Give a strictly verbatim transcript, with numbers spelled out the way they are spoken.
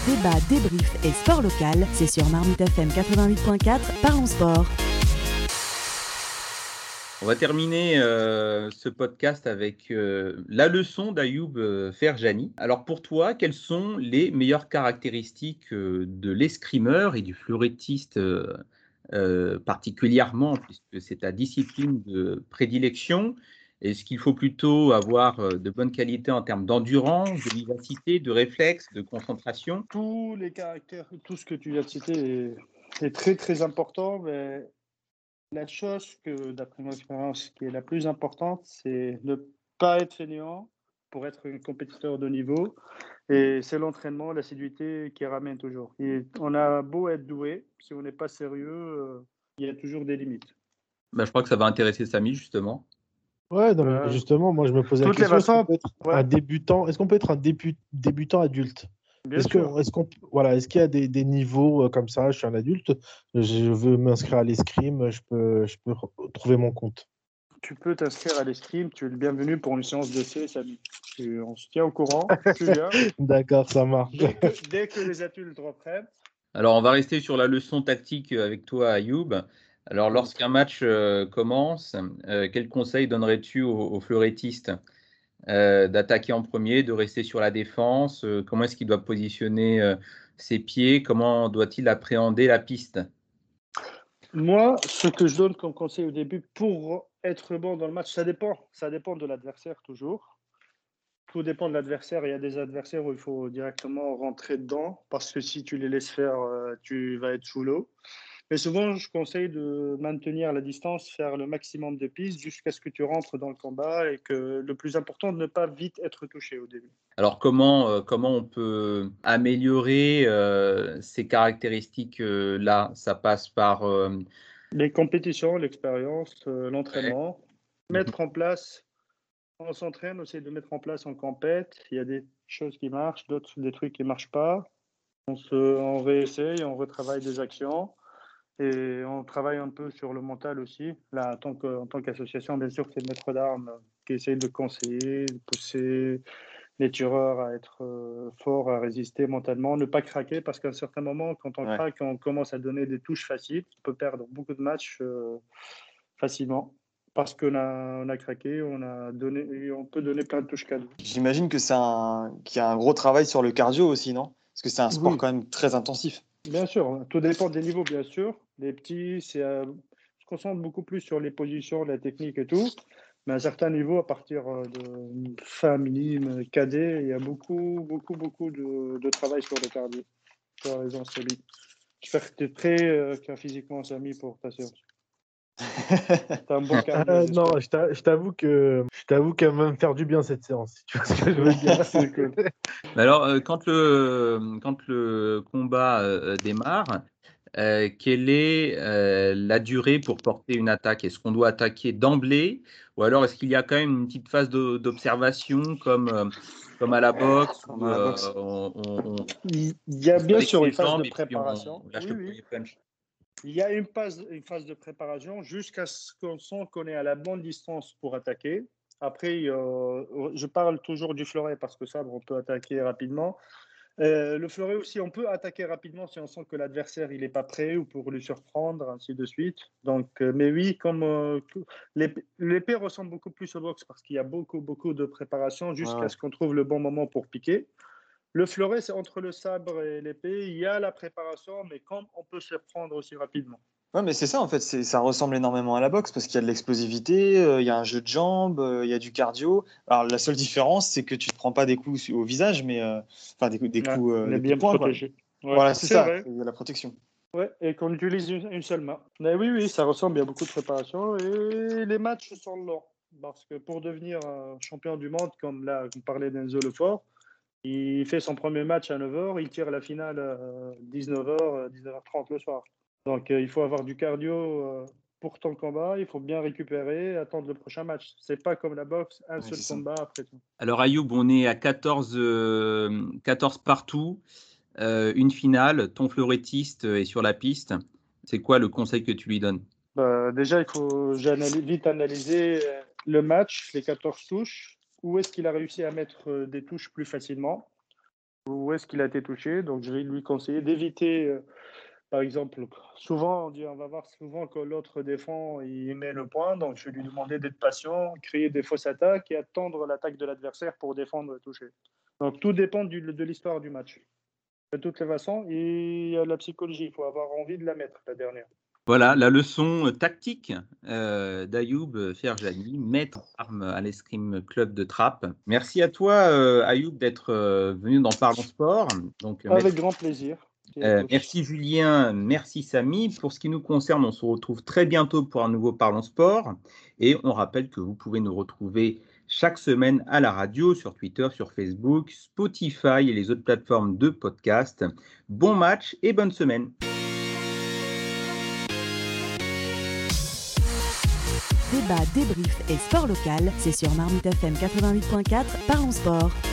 Débat, débrief et sport local, c'est sur Marmite F M quatre-vingt-huit virgule quatre, parlons sport. On va terminer euh, ce podcast avec euh, la leçon d'Ayoub euh, Ferjani. Alors pour toi, quelles sont les meilleures caractéristiques euh, de l'escrimeur et du fleurettiste euh, euh, particulièrement, puisque c'est ta discipline de prédilection? Est-ce qu'il faut plutôt avoir euh, de bonnes qualités en termes d'endurance, de vivacité, de réflexe, de concentration? Tous les caractères, tout ce que tu viens de citer est, est très très important, mais la chose que, d'après mon expérience, qui est la plus importante, c'est ne pas être fainéant pour être un compétiteur de niveau. Et c'est l'entraînement, l'assiduité qui ramène toujours. Et on a beau être doué, si on n'est pas sérieux, euh, il y a toujours des limites. Ben, je crois que ça va intéresser Samy justement. Ouais, non, mais Euh, justement, moi je me posais la toutes les question, est-ce qu'on façons, peut être ouais. un débutant, est-ce qu'on peut être un débu- débutant adulte? Bien Est-ce que, sûr. est-ce qu'on, voilà, est-ce qu'il y a des, des niveaux euh, comme ça? Je suis un adulte, je veux m'inscrire à l'escrime, je peux, je peux re- trouver mon compte. Tu peux t'inscrire à l'escrime, tu es le bienvenu pour une séance de C, Samy. Tu- On se tient au courant, tu viens. D'accord, ça marche. Dès que, dès que les adultes reprennent. Alors, on va rester sur la leçon tactique avec toi, Ayoub. Alors, lorsqu'un match euh, commence, euh, quel conseil donnerais-tu aux, aux fleurettistes? Euh, d'attaquer en premier, de rester sur la défense? Euh, comment est-ce qu'il doit positionner euh, ses pieds? Comment doit-il appréhender la piste? Moi, ce que je donne comme conseil au début pour être bon dans le match, ça dépend. Ça dépend de l'adversaire toujours. Tout dépend de l'adversaire. Il y a des adversaires où il faut directement rentrer dedans parce que si tu les laisses faire, euh, tu vas être sous l'eau. Mais souvent, je conseille de maintenir la distance, faire le maximum de pistes jusqu'à ce que tu rentres dans le combat et que le plus important, de ne pas vite être touché au début. Alors, comment, euh, comment on peut améliorer euh, ces caractéristiques-là? Ça passe par... euh, Les compétitions, l'expérience, euh, ouais. l'entraînement, Mhm. mettre en place. On s'entraîne aussi de mettre en place en compète. Il y a des choses qui marchent, d'autres des trucs qui ne marchent pas. On, se, on réessaye, on retravaille des actions et on travaille un peu sur le mental aussi. Là, en tant, que, en tant qu'association, bien sûr, c'est le maître d'armes qui essaye de conseiller, de pousser les tireurs à être euh, forts, à résister mentalement, ne pas craquer parce qu'à un certain moment, quand on Ouais. craque, on commence à donner des touches faciles. On peut perdre beaucoup de matchs euh, facilement. Parce qu'on a, on a craqué, on, a donné, et on peut donner plein de touches cadeaux. J'imagine que c'est un, qu'il y a un gros travail sur le cardio aussi, non? Parce que c'est un sport Oui. quand même très intensif. Bien sûr, tout dépend des niveaux, bien sûr. Les petits, c'est, euh, se concentre beaucoup plus sur les positions, la technique et tout. Mais à un certain niveau, à partir euh, de fin minime, cadet, il y a beaucoup, beaucoup, beaucoup de, de travail sur le cardio. Tu as raison, Samy. J'espère que tu es prêt euh, qu'un physiquement, Samy, pour ta séance. T'as un bon cardio, Euh, j'espère. non, je t'a- je t'avoue que je t'avoue qu'elle va me faire du bien cette séance, si tu vois ce que je veux dire. C'est cool. Mais alors, euh, quand le, quand le combat euh, démarre, euh, quelle est euh, la durée pour porter une attaque? Est-ce qu'on doit attaquer d'emblée ou alors est-ce qu'il y a quand même une petite phase de- d'observation comme, euh, comme à la boxe Comme où à la euh, boxe. on, on- Il y a on bien flexe sûr les une phase de jambes et puis on, préparation. on lâche Oui, le oui. premier punch? Il y a une phase, une phase de préparation jusqu'à ce qu'on sent qu'on est à la bonne distance pour attaquer. Après, euh, je parle toujours du fleuret parce que ça, on peut attaquer rapidement. Euh, le fleuret aussi, on peut attaquer rapidement si on sent que l'adversaire il n'est pas prêt ou pour lui surprendre, ainsi de suite. Donc, euh, mais oui, comme euh, l'épée, l'épée ressemble beaucoup plus au boxe parce qu'il y a beaucoup, beaucoup de préparation jusqu'à Ouais, ouais. ce qu'on trouve le bon moment pour piquer. Le fleuret, c'est entre le sabre et l'épée. Il y a la préparation, mais comme on peut se prendre aussi rapidement. Ouais, mais c'est ça en fait, c'est, ça ressemble énormément à la boxe parce qu'il y a de l'explosivité, euh, il y a un jeu de jambes, euh, il y a du cardio. Alors la seule différence, c'est que tu te prends pas des coups au visage, mais euh, enfin des coups, des Ouais, coups, euh, on est des coups bien de poing, quoi. protégé. Ouais, Voilà, c'est c'est ça, vrai. il y a la protection. Ouais, et qu'on utilise une, une seule main. Mais oui, oui, ça ressemble. Il y a beaucoup de préparation et les matchs sont longs. Parce que pour devenir un champion du monde, comme là, on parlait d'Enzo Lefort, il fait son premier match à neuf heures, il tire la finale à dix-neuf heures, dix-neuf heures trente le soir. Donc, euh, il faut avoir du cardio euh, pour ton combat, il faut bien récupérer, attendre le prochain match. C'est pas comme la boxe, un Ouais, seul c'est ça. combat après tout. Alors Ayoub, on est à quatorze, euh, quatorze partout, euh, une finale, ton fleurettiste est sur la piste. C'est quoi le conseil que tu lui donnes? Bah, déjà, il faut j'analyse, vite analyser euh, le match, les quatorze touches. Où est-ce qu'il a réussi à mettre euh, des touches plus facilement? où est-ce qu'il a été touché. Donc, je vais lui conseiller d'éviter, euh, par exemple, souvent, on dit, on va voir souvent que l'autre défend, il met le point. Donc, je vais lui demander d'être patient, créer des fausses attaques et attendre l'attaque de l'adversaire pour défendre et toucher. Donc, tout dépend du, de l'histoire du match. De toutes les façons, il y a la psychologie. Il faut avoir envie de la mettre, la dernière. Voilà la leçon tactique euh, d'Ayoub Ferjani, maître arme à l'escrime club de Trappes. Merci à toi, euh, Ayoub, d'être euh, venu dans Parlons Sport. Donc, Avec maître... grand plaisir. Euh, merci Julien, merci Samy. Pour ce qui nous concerne, on se retrouve très bientôt pour un nouveau Parlons Sport. Et on rappelle que vous pouvez nous retrouver chaque semaine à la radio, sur Twitter, sur Facebook, Spotify et les autres plateformes de podcast. Bon match et bonne semaine. Débat, débrief et sport local, c'est sur Marmite F M quatre-vingt-huit point quatre, Parlons Sport.